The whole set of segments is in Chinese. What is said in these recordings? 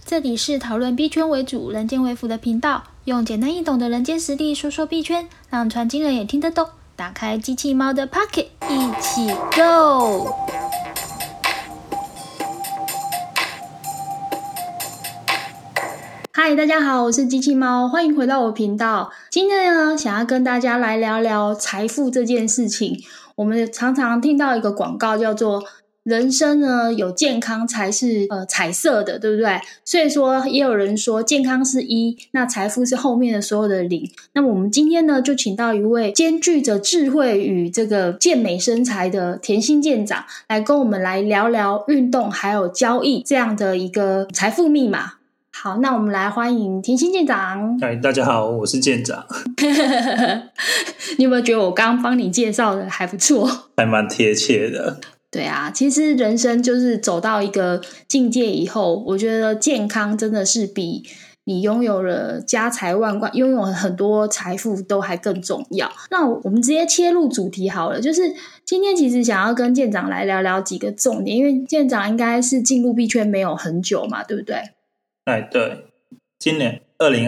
这里是讨论币圈为主、人间为辅的频道，用简单易懂的人间实力说说币圈，让传经人也听得懂。打开机器猫的 Pocket， 一起 Go！ 嗨，大家好，我是机器猫，欢迎回到我频道。今天呢，想要跟大家来聊聊财富这件事情。我们常常听到一个广告叫做人生呢，有健康才是彩色的，对不对？所以说也有人说健康是1，那财富是后面的所有的0。那么我们今天呢，就请到一位兼具着智慧与这个健美身材的甜心店长，来跟我们来聊聊运动还有交易这样的一个财富密码。好，那我们来欢迎甜心店长。 嗨，大家好，我是店长。 你有没有觉得我刚刚帮你介绍的还不错？ 还蛮贴切的。 对啊，其实人生就是走到一个境界以后，我觉得健康真的是比你拥有了家财万贯、拥有很多财富都还更重要。那我们直接切入主题好了，就是今天其实想要跟店长来聊聊几个重点，因为店长应该是进入币圈没有很久嘛，对不对？ 哎，对，今年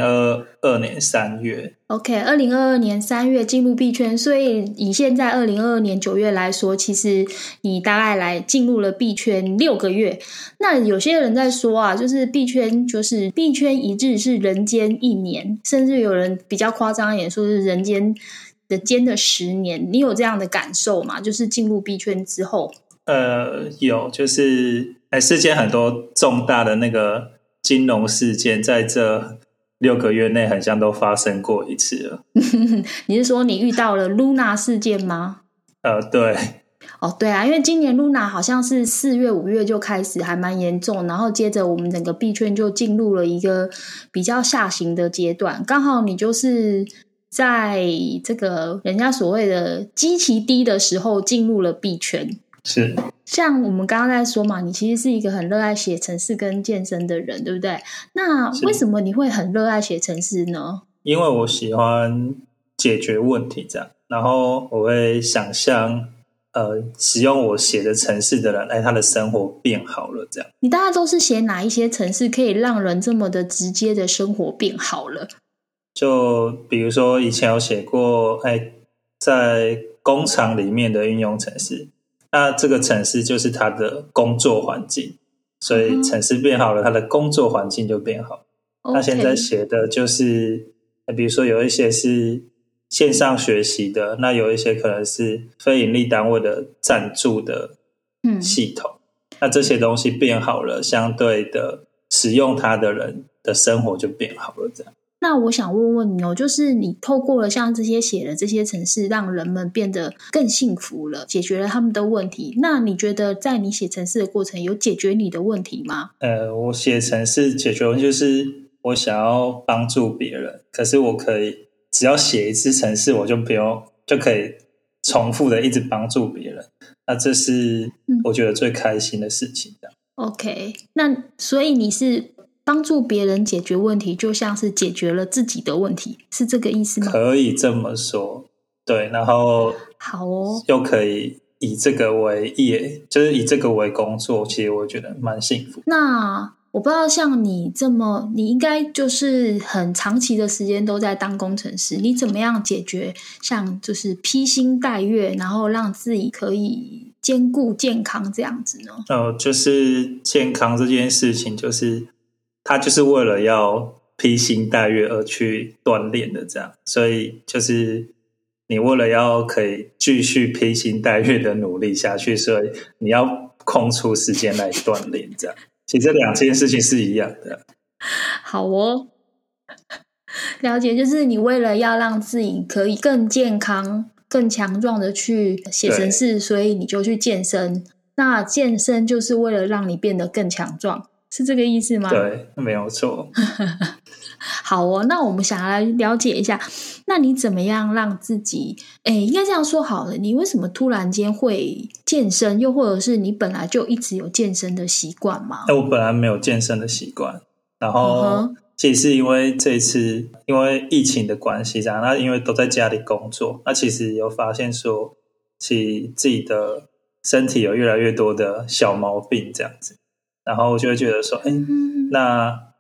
2022年3月 OK， 2022年3月进入币圈，所以以现在2022年9月来说，其实你大概来进入了币圈6个月。那有些人在说啊，就是币圈一日是人间1年，甚至有人比较夸张一点说是人间的10年。你有这样的感受吗？就是进入币圈之后。 有，就是世间很多重大的那个金融事件在这6个月内很像都发生过一次了。 你是说你遇到了 Luna 事件吗？ 对。 哦，对啊，因为今年 Luna 好像是4月5月就开始还蛮严重，然后接着我们整个币圈就进入了一个比较下行的阶段，刚好你就是在这个人家所谓的基期低的时候进入了币圈。 是， 像我们刚刚在说嘛，你其实是一个很热爱写程式跟健身的人，对不对？那为什么你会很热爱写程式呢？ 因为我喜欢解决问题这样，然后我会想象使用我写的程式的人，他的生活变好了这样。 你大概都是写哪一些程式可以让人这么的直接的生活变好了？就比如说以前有写过在工厂里面的应用程式，那这个程式就是他的工作环境，所以程式变好了，他的工作环境就变好。那现在写的就是比如说有一些是线上学习的，那有一些可能是非营利单位的赞助的系统，那这些东西变好了，相对的使用它的人的生活就变好了这样。那我想问问你就是你透过了像这些写的这些程式，让人们变得更幸福了，解决了他们的问题。那你觉得在你写程式的过程有解决你的问题吗？ 我写程式解决问题就是我想要帮助别人，可是我可以只要写一次程式，我就可以重复的一直帮助别人。那这是我觉得最开心的事情。 OK， 那所以你是帮助别人解决问题，就像是解决了自己的问题，是这个意思吗？ 可以这么说，对。然后好哦， 又可以以这个为业，就是以这个为工作，其实我觉得蛮幸福。 那我不知道像你你应该就是很长期的时间都在当工程师，你怎么样解决像就是披星戴月，然后让自己可以兼顾健康这样子呢？ 就是健康这件事情，就是他就是为了要披星戴月而去锻炼的这样，所以就是你为了要可以继续披星戴月的努力下去，所以你要空出时间来锻炼这样。其实这2件事情是一样的。 好哦，了解，就是你为了要让自己可以更健康更强壮的去写程式，所以你就去健身。那健身就是为了让你变得更强壮，是这个意思吗？ 对，没有错。 好哦，那我们想来了解一下，那你怎么样让自己应该这样说好了，你为什么突然间会健身，又或者是你本来就一直有健身的习惯吗？ 我本来没有健身的习惯，然后其实是因为这一次因为疫情的关系这样，那因为都在家里工作，那其实有发现说其实自己的身体有越来越多的小毛病这样子，然后我就会觉得说那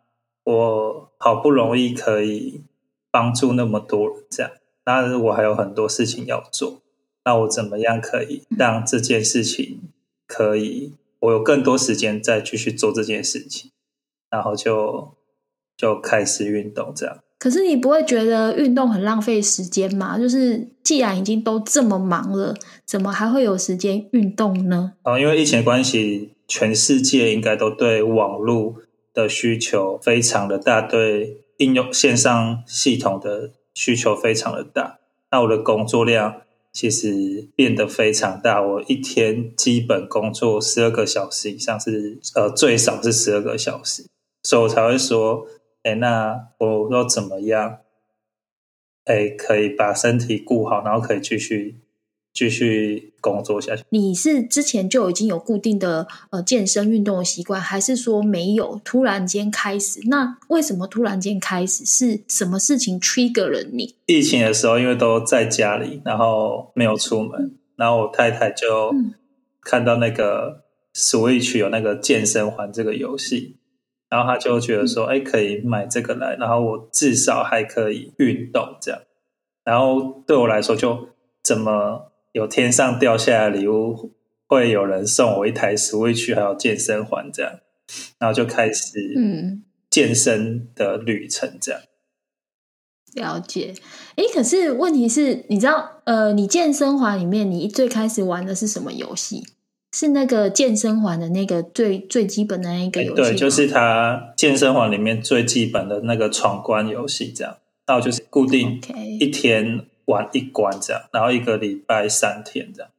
我好不容易可以帮助那么多人这样，那我还有很多事情要做，那我怎么样可以让这件事情可以我有更多时间再继续做这件事情，然后就开始运动这样。 可是你不会觉得运动很浪费时间吗？就是既然已经都这么忙了，怎么还会有时间运动呢？ 因为疫情的关系，全世界应该都对网络的需求非常的大，对应用线上系统的需求非常的大。那我的工作量其实变得非常大，我一天基本工作12个小时以上是最少是12个小时，所以我才会说那我要怎么样可以把身体顾好，然后可以继续工作下去。 你是之前就已经有固定的健身运动的习惯，还是说没有突然间开始？那为什么突然间开始？是什么事情 trigger 了你？ 疫情的时候因为都在家里，然后没有出门，然后我太太就看到那个 Switch 有那个健身环这个游戏，然后她就觉得说可以买这个来，然后我至少还可以运动这样。然后对我来说，就怎么有天上掉下来的礼物会有人送我一台 Switch 还有健身环这样，然后就开始健身的旅程这样。 了解。可是问题是你知道你健身环里面你最开始玩的是什么游戏？是那个健身环的那个最基本的那个游戏吗？ 对，就是它健身环里面最基本的那个闯关游戏这样。然后就是固定一天玩一关这样，然后1个礼拜3天这样。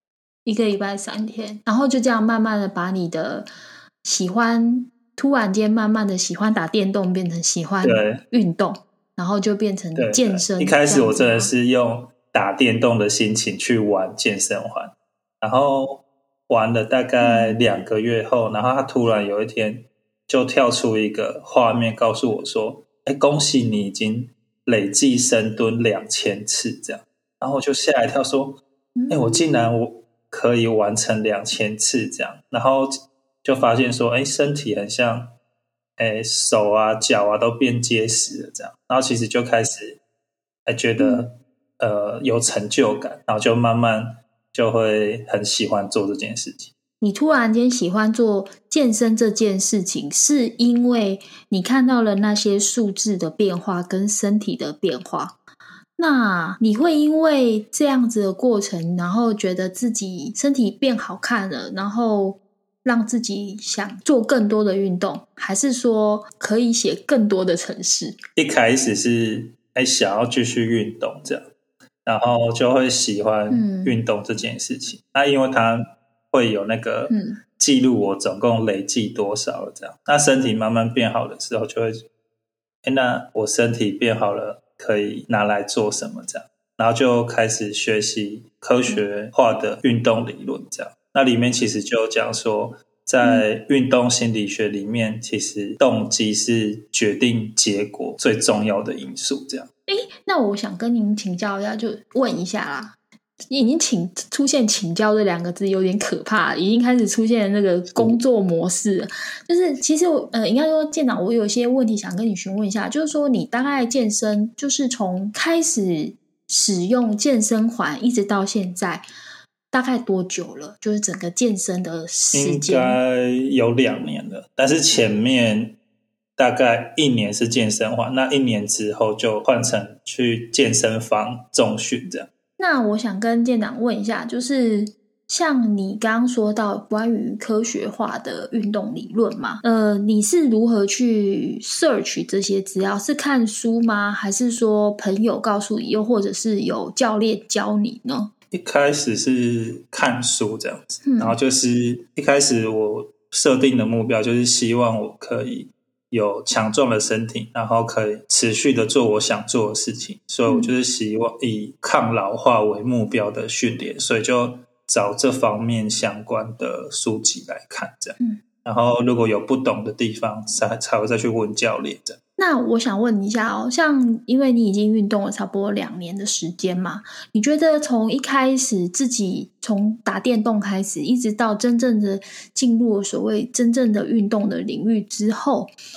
1个礼拜3天，然后就这样慢慢的把你的喜欢，突然间慢慢的喜欢打电动变成喜欢运动，然后就变成健身。 一开始我真的是用打电动的心情去玩健身环，然后玩了大概2个月后，然后他突然有一天就跳出一个画面告诉我说恭喜你已经累计深蹲2000次这样。然后我就吓一跳说我竟然可以完成2000次这样。然后就发现说身体很像手啊脚啊都变结实了这样。然后其实就开始觉得有成就感，然后就慢慢就会很喜欢做这件事情。 你突然间喜欢做健身这件事情，是因为你看到了那些数字的变化跟身体的变化。那你会因为这样子的过程，然后觉得自己身体变好看了，然后让自己想做更多的运动，还是说可以写更多的程式？ 一开始是想要继续运动这样，然后就会喜欢运动这件事情。那因为它会有那个记录我总共累计多少了这样。那身体慢慢变好的时候就会那我身体变好了可以拿来做什么这样。然后就开始学习科学化的运动理论这样。那里面其实就讲说在运动心理学里面，其实动机是决定结果最重要的因素这样。 那我想跟您请教一下，就问一下啦，已经出现请教这2个字有点可怕，已经开始出现那个工作模式了。就是其实应该说店长，我有些问题想跟你询问一下，就是说你大概健身就是从开始使用健身环一直到现在大概多久了？就是整个健身的时间。 应该有2年了，但是前面大概1年是健身环，那1年之后就换成去健身房重训这样。 那我想跟店长问一下，就是像你刚刚说到关于科学化的运动理论嘛，你是如何去 search 这些资料？是看书吗？还是说朋友告诉你，又或者是有教练教你呢？ 一开始是看书这样子，然后就是一开始我设定的目标就是希望我可以有强壮的身体，然后可以持续的做我想做的事情，所以我就是希望以抗老化为目标的训练，所以就找这方面相关的书籍来看这样。然后如果有不懂的地方才会再去问教练这样。 那我想问一下像因为你已经运动了差不多2年的时间嘛，你觉得从一开始自己从打电动开始，一直到真正的进入所谓真正的运动的领域之后，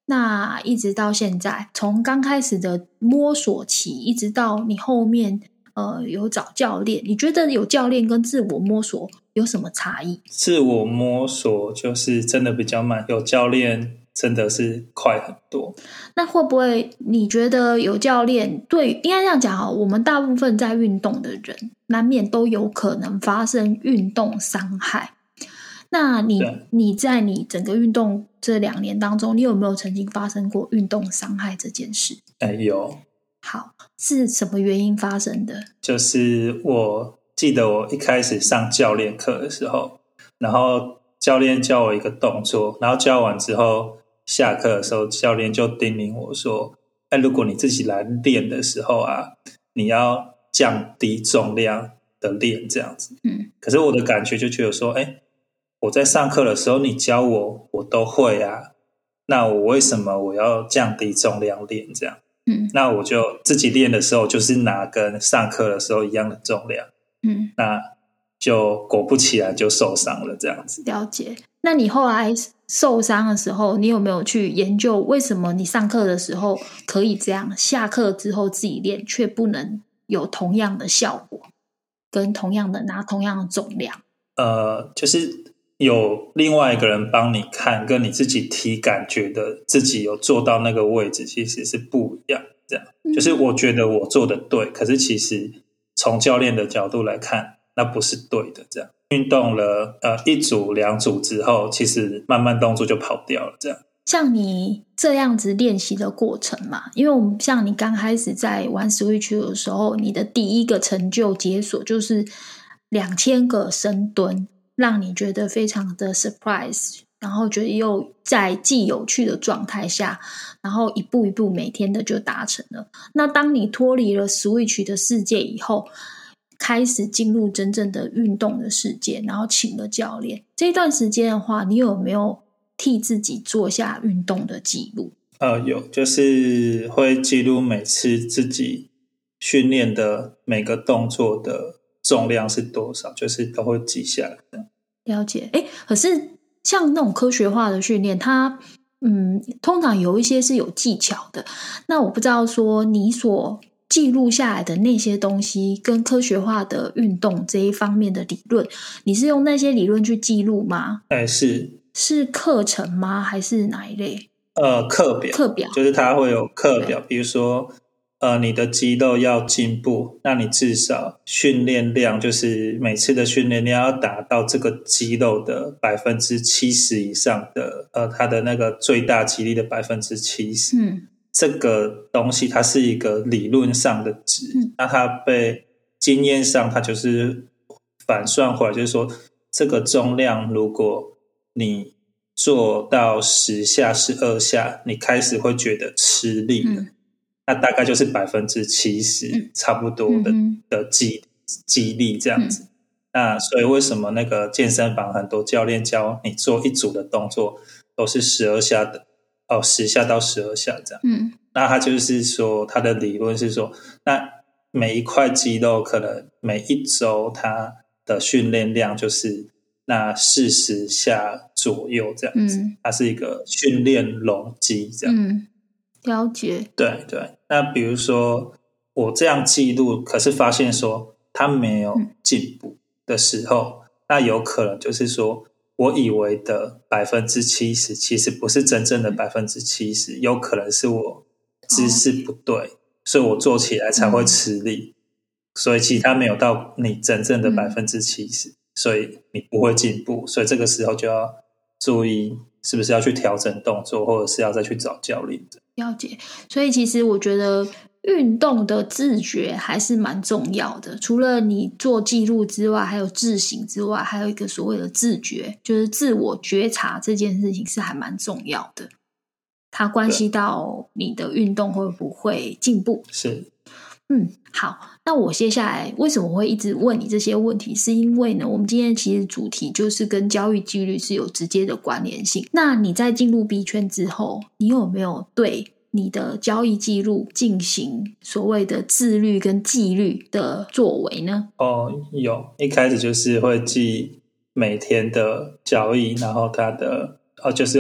那一直到现在，从刚开始的摸索期，一直到你后面有找教练，你觉得有教练跟自我摸索有什么差异？ 自我摸索就是真的比较慢，有教练真的是快很多。 那会不会你觉得有教练，对，应该这样讲，我们大部分在运动的人难免都有可能发生运动伤害。那你在你整个运动这2年当中，你有没有曾经发生过运动伤害这件事？ 有。 好，是什么原因发生的？ 就是我记得我一开始上教练课的时候，然后教练教我一个动作，然后教完之后下课的时候，教练就叮咛我说，如果你自己来练的时候啊，你要降低重量的练这样子。可是我的感觉就觉得说，我在上课的时候你教我，我都会啊，那我为什么我要降低重量练这样？那我就自己练的时候就是拿跟上课的时候一样的重量，那就果不其然就受伤了这样子。 了解。那你后来受伤的时候，你有没有去研究为什么你上课的时候可以这样，下课之后自己练却不能有同样的效果，跟同样的拿同样的重量？ 就是有另外一个人帮你看，跟你自己体感觉得自己有做到那个位置其实是不一样这样。就是我觉得我做的对，可是其实从教练的角度来看那不是对的这样。运动了1组2组之后，其实慢慢动作就跑掉了这样。 像你这样子练习的过程嘛，因为我们像你刚开始在玩 Switch 的时候，你的第一个成就解锁就是2000个深蹲，让你觉得非常的 surprise， 然后觉得又在既有趣的状态下，然后一步一步每天的就达成了。那当你脱离了 Switch 的世界以后，开始进入真正的运动的世界，然后请了教练，这段时间的话，你有没有替自己做下运动的记录？ 有，就是会记录每次自己训练的每个动作的重量是多少，就是都会记下来的。 了解。可是像那种科学化的训练，它通常有一些是有技巧的。那我不知道说你所记录下来的那些东西跟科学化的运动这一方面的理论，你是用那些理论去记录吗？是课程吗？还是哪一类？ 课表就是它会有课表，比如说你的肌肉要进步，那你至少训练量就是每次的训练量要达到这个肌肉的 70% 以上的它的那个最大肌力的 70%。这个东西它是一个理论上的值，那它被经验上它就是反算回来，就是说这个重量如果你做到10下12下，你开始会觉得吃力了，那大概就是 70% 差不多的肌力这样子。那所以为什么那个健身房很多教练教你做一组的动作都是12下的10下到12下这样。那他就是说他的理论是说，那每一块肌肉可能每一周它的训练量就是那40下左右这样子。它是一个训练容积这样。 了解。 对。那比如说我这样记录，可是发现说他没有进步的时候，那有可能就是说我以为的 70% 其实不是真正的 70%， 有可能是我姿势不对，所以我做起来才会吃力，所以其实它没有到你真正的 70%，所以你不会进步，所以这个时候就要注意是不是要去调整动作，或者是要再去找教练。 了解。所以其实我觉得运动的自觉还是蛮重要的，除了你做记录之外，还有自省之外，还有一个所谓的自觉，就是自我觉察，这件事情是还蛮重要的，它关系到你的运动会不会进步。 是。 好，那我接下来为什么会一直问你这些问题，是因为呢，我们今天其实主题就是跟交易纪律是有直接的关联性。那你在进入币圈之后，你有没有对你的交易记录进行所谓的自律跟纪律的作为呢？ 有，一开始就是会记每天的交易，然后它的就是有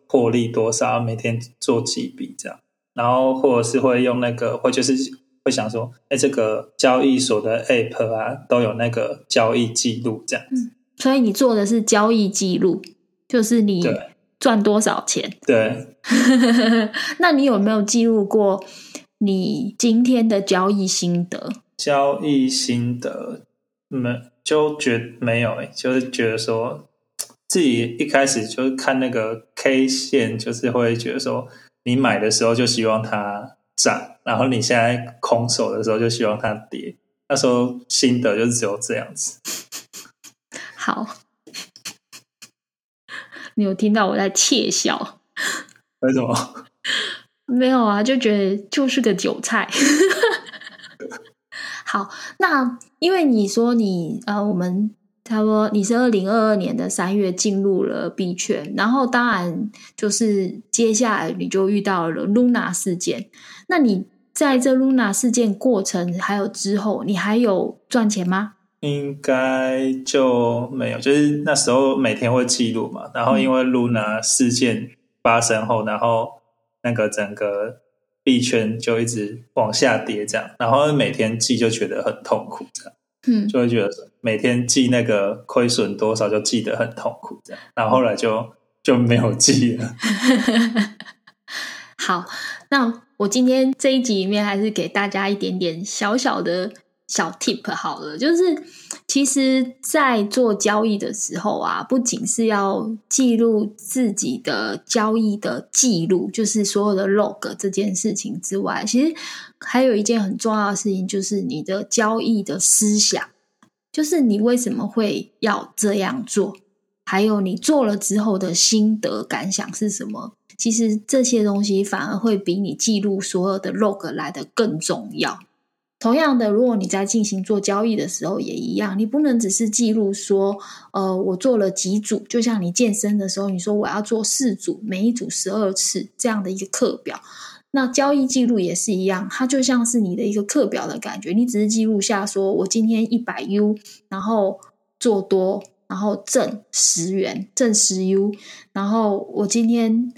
获利多少，每天做几笔这样，然后或者是会用那个，或就是会想说，这个交易所的 App 啊，都有那个交易记录这样子。 所以你做的是交易记录，就是你赚多少钱。 对。 那你有没有记录过你今天的交易心得？ 交易心得就没有就是觉得说自己一开始就是看那个 K 线，就是会觉得说你买的时候就希望它涨，然后你现在空手的时候就希望它跌，那时候心得就是只有这样子。 好，你有听到我在窃笑？ 为什么？ 没有啊，就觉得就是个韭菜。好，那因为你说我们差不多你是2022年的3月进入了币圈，然后当然就是接下来你就遇到了 Luna 事件。那你在这 Luna 事件过程还有之后，你还有赚钱吗？ 应该就没有，就是那时候每天会记录嘛，然后因为 Luna 事件发生后，然后那个整个币圈就一直往下跌这样，然后每天记就觉得很痛苦这样，就会觉得每天记那个亏损多少就记得很痛苦这样，然后后来就没有记了。 好，那我今天这一集里面还是给大家一点点小小的小 tip 好了，就是其实在做交易的时候啊，不仅是要记录自己的交易的记录，就是所有的 log 这件事情之外，其实还有一件很重要的事情，就是你的交易的思想，就是你为什么会要这样做，还有你做了之后的心得感想是什么。其实这些东西反而会比你记录所有的 log 来得更重要。同样的，如果你在进行做交易的时候也一样，你不能只是记录说我做了几组，就像你健身的时候你说我要做4组，每一组12次这样的一个课表。那交易记录也是一样，它就像是你的一个课表的感觉，你只是记录下说我今天100U 然后做多，然后挣10元，挣10U， 然后我今天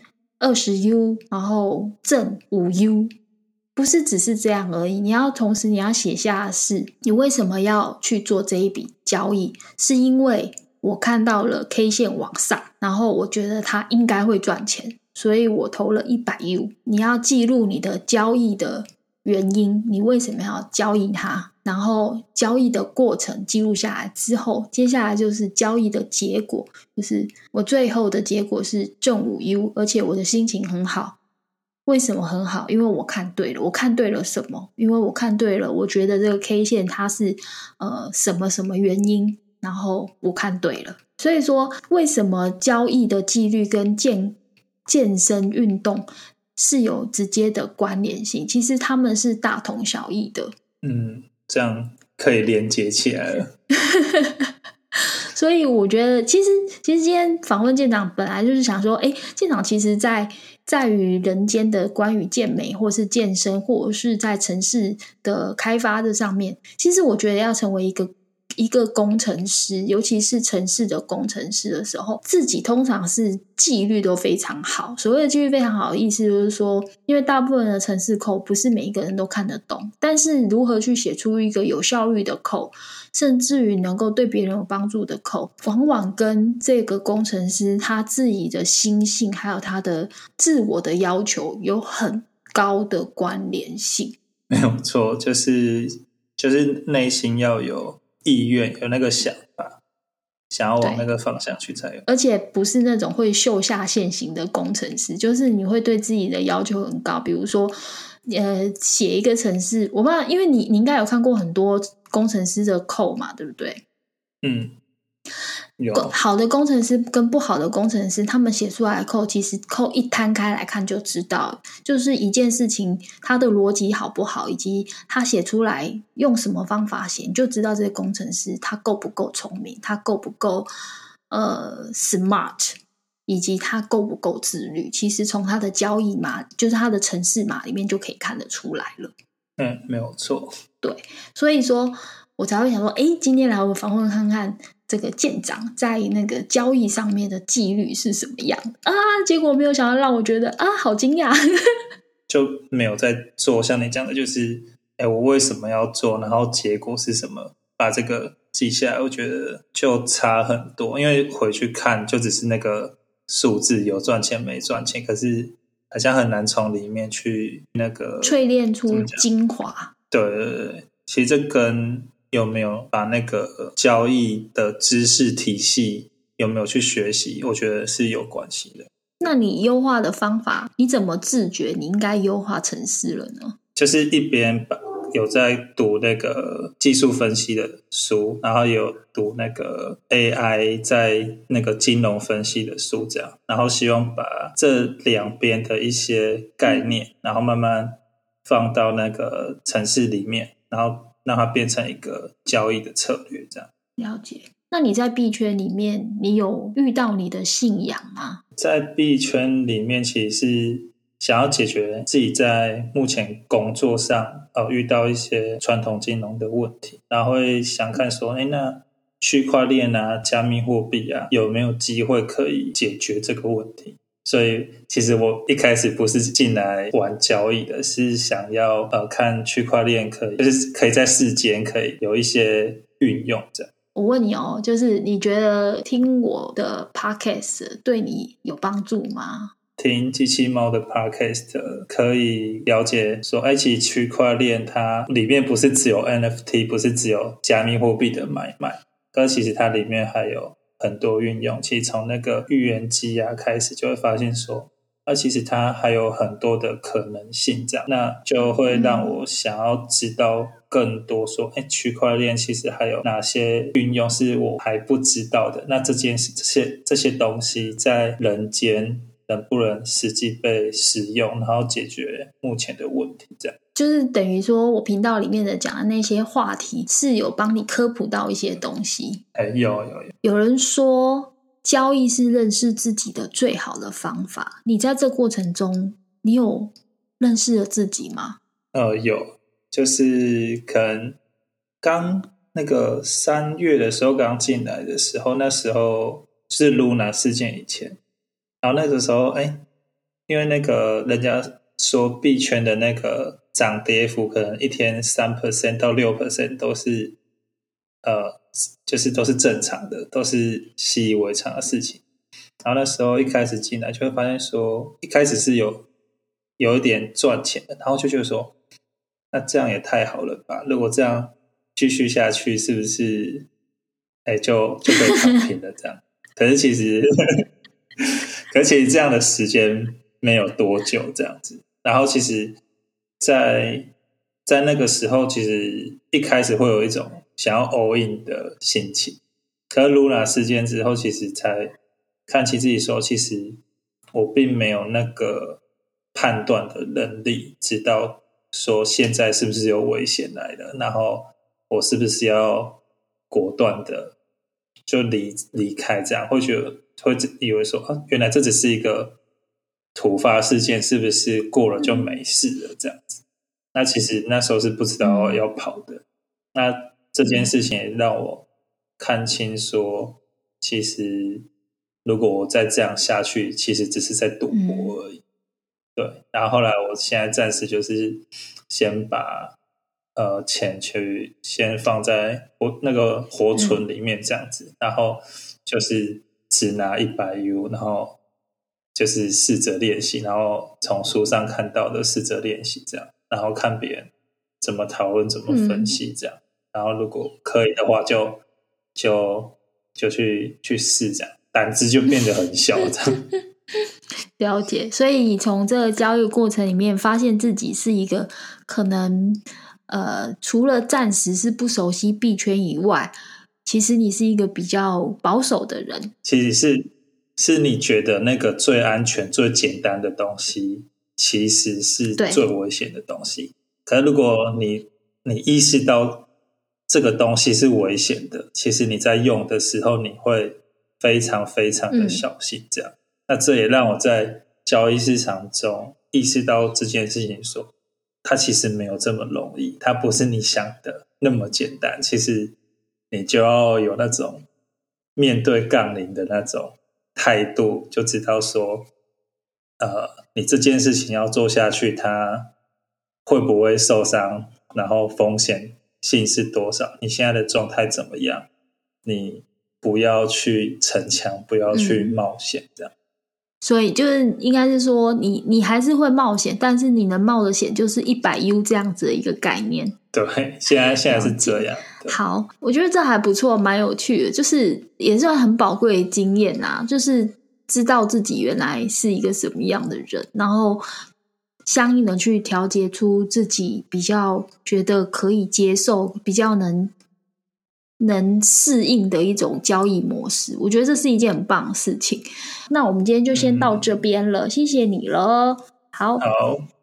20U 然后挣5U， 不是只是这样而已，你要同时你要写下的是你为什么要去做这一笔交易，是因为我看到了 K 线往上，然后我觉得它应该会赚钱，所以我投了100U。 你要记录你的交易的原因，你为什么要交易它，然后交易的过程记录下来之后，接下来就是交易的结果，就是我最后的结果是挣5U， 而且我的心情很好。为什么很好？因为我看对了。我看对了什么？因为我看对了，我觉得这个 K 线它是什么什么原因，然后我看对了。所以说为什么交易的纪律跟健身运动是有直接的关联性，其实他们是大同小异的。 这样可以连接起来了。 所以我觉得其实今天访问舰长本来就是想说舰长其实在于人间的关于健美或是健身或者是在城市的开发的上面，其实我觉得要成为一个工程师，尤其是城市的工程师的时候，自己通常是纪律都非常好。所谓的纪律非常好的意思就是说，因为大部分的程式code不是每一个人都看得懂，但是如何去写出一个有效率的code，甚至于能够对别人有帮助的code，往往跟这个工程师他自己的心性还有他的自我的要求有很高的关联性。 没有错，就是内心要有意愿，有那个想法，想要往那个方向去才有。 而且不是那种会秀下限型的工程师，就是你会对自己的要求很高。比如说写一个程式，我不知道，因为你应该有看过很多工程师的 code 嘛，对不对？ 有好的工程师跟不好的工程师，他们写出来的 code， 其实 code 一摊开来看就知道，就是一件事情它的逻辑好不好，以及他写出来用什么方法写，你就知道这个工程师他够不够聪明，他够不够smart， 以及他够不够自律。其实从他的交易码，就是他的程式码里面就可以看得出来了。 没有错。 对，所以说我才会想说今天来我访问看看这个舰长在那个交易上面的纪律是什么样啊？结果没有想到让我觉得啊，好惊讶。 就没有在做像你讲的，就是我为什么要做，然后结果是什么，把这个记下来，我觉得就差很多。因为回去看就只是那个数字有赚钱没赚钱，可是好像很难从里面去那个淬炼出精华。 对对对，其实这跟有没有把那个交易的知识体系有没有去学习，我觉得是有关系的。 那你优化的方法，你怎么自觉你应该优化程式了呢？ 就是一边有在读那个技术分析的书，然后有读那个 AI 在那个金融分析的书这样，然后希望把这两边的一些概念，然后慢慢放到那个程式里面，然后让它变成一个交易的策略这样。 了解。那你在币圈里面，你有遇到你的信仰吗？ 在币圈里面，其实是想要解决自己在目前工作上遇到一些传统金融的问题，然后会想看说，那区块链啊、加密货币啊，有没有机会可以解决这个问题？所以其实我一开始不是进来玩交易的，是想要看区块链就是可以在世间可以有一些运用这样。 我问你哦，就是你觉得听我的 podcast 对你有帮助吗？ 听机器猫的 podcast 可以了解说，其实区块链它里面不是只有 NFT， 不是只有加密货币的买卖，但其实它里面还有很多运用。其实从那个预言机啊开始，就会发现说，其实它还有很多的可能性这样，那就会让我想要知道更多说，区块链其实还有哪些运用是我还不知道的，那这些东西在人间能不能实际被使用，然后解决目前的问题这样。 就是等于说我频道里面的讲的那些话题是有帮你科普到一些东西。 有人说交易是认识自己的最好的方法，你在这过程中你有认识了自己吗？ 有，就是可能刚那个3月的时候刚进来的时候，那时候是 Luna 事件以前，然后那个时候因为那个人家说币圈的那个涨跌幅可能一天 3% 到 6% 都是就是都是正常的，都是习以为常的事情。然后那时候一开始进来就会发现说，一开始是有一点赚钱的，然后就觉得说，那这样也太好了吧，如果这样继续下去是不是就被躺平了这样。可是其实这样的时间没有多久这样子。然后其实在那个时候，其实一开始会有一种想要 all in 的心情。可是 Luna 事件之后，其实才看起自己说，其实我并没有那个判断的能力，知道说现在是不是有危险来了，然后我是不是要果断的就离开，这样会以为说原来这只是一个突发事件，是不是过了就没事了这样子。那其实那时候是不知道要跑的。那这件事情也让我看清说，其实如果我再这样下去，其实只是在赌博而已。对，然后后来我现在暂时就是先把钱去先放在那个活存里面这样子，然后就是只拿100U，然后就是试着练习，然后从书上看到的试着练习这样，然后看别人怎么讨论怎么分析这样，然后如果可以的话就去试这样，胆子就变得很小这样。 了解，所以你从这个交易过程里面发现自己是一个可能除了暂时是不熟悉币圈以外，其实你是一个比较保守的人。 其实是你觉得那个最安全最简单的东西其实是最危险的东西。可是如果你意识到这个东西是危险的，其实你在用的时候你会非常非常的小心这样。那这也让我在交易市场中意识到这件事情说，它其实没有这么容易，它不是你想的那么简单。其实你就要有那种面对杠铃的那种态度，就知道说你这件事情要做下去，它会不会受伤，然后风险性是多少，你现在的状态怎么样，你不要去逞强，不要去冒险这样。 所以就是应该是说你还是会冒险，但是你能冒的险就是100U 这样子的一个概念。 对，现在是这样。 好，我觉得这还不错，蛮有趣的，就是也是很宝贵的经验啊，就是知道自己原来是一个什么样的人，然后相应的去调节出自己比较觉得可以接受，比较能适应的一种交易模式。我觉得这是一件很棒的事情。那我们今天就先到这边了，谢谢你了。好。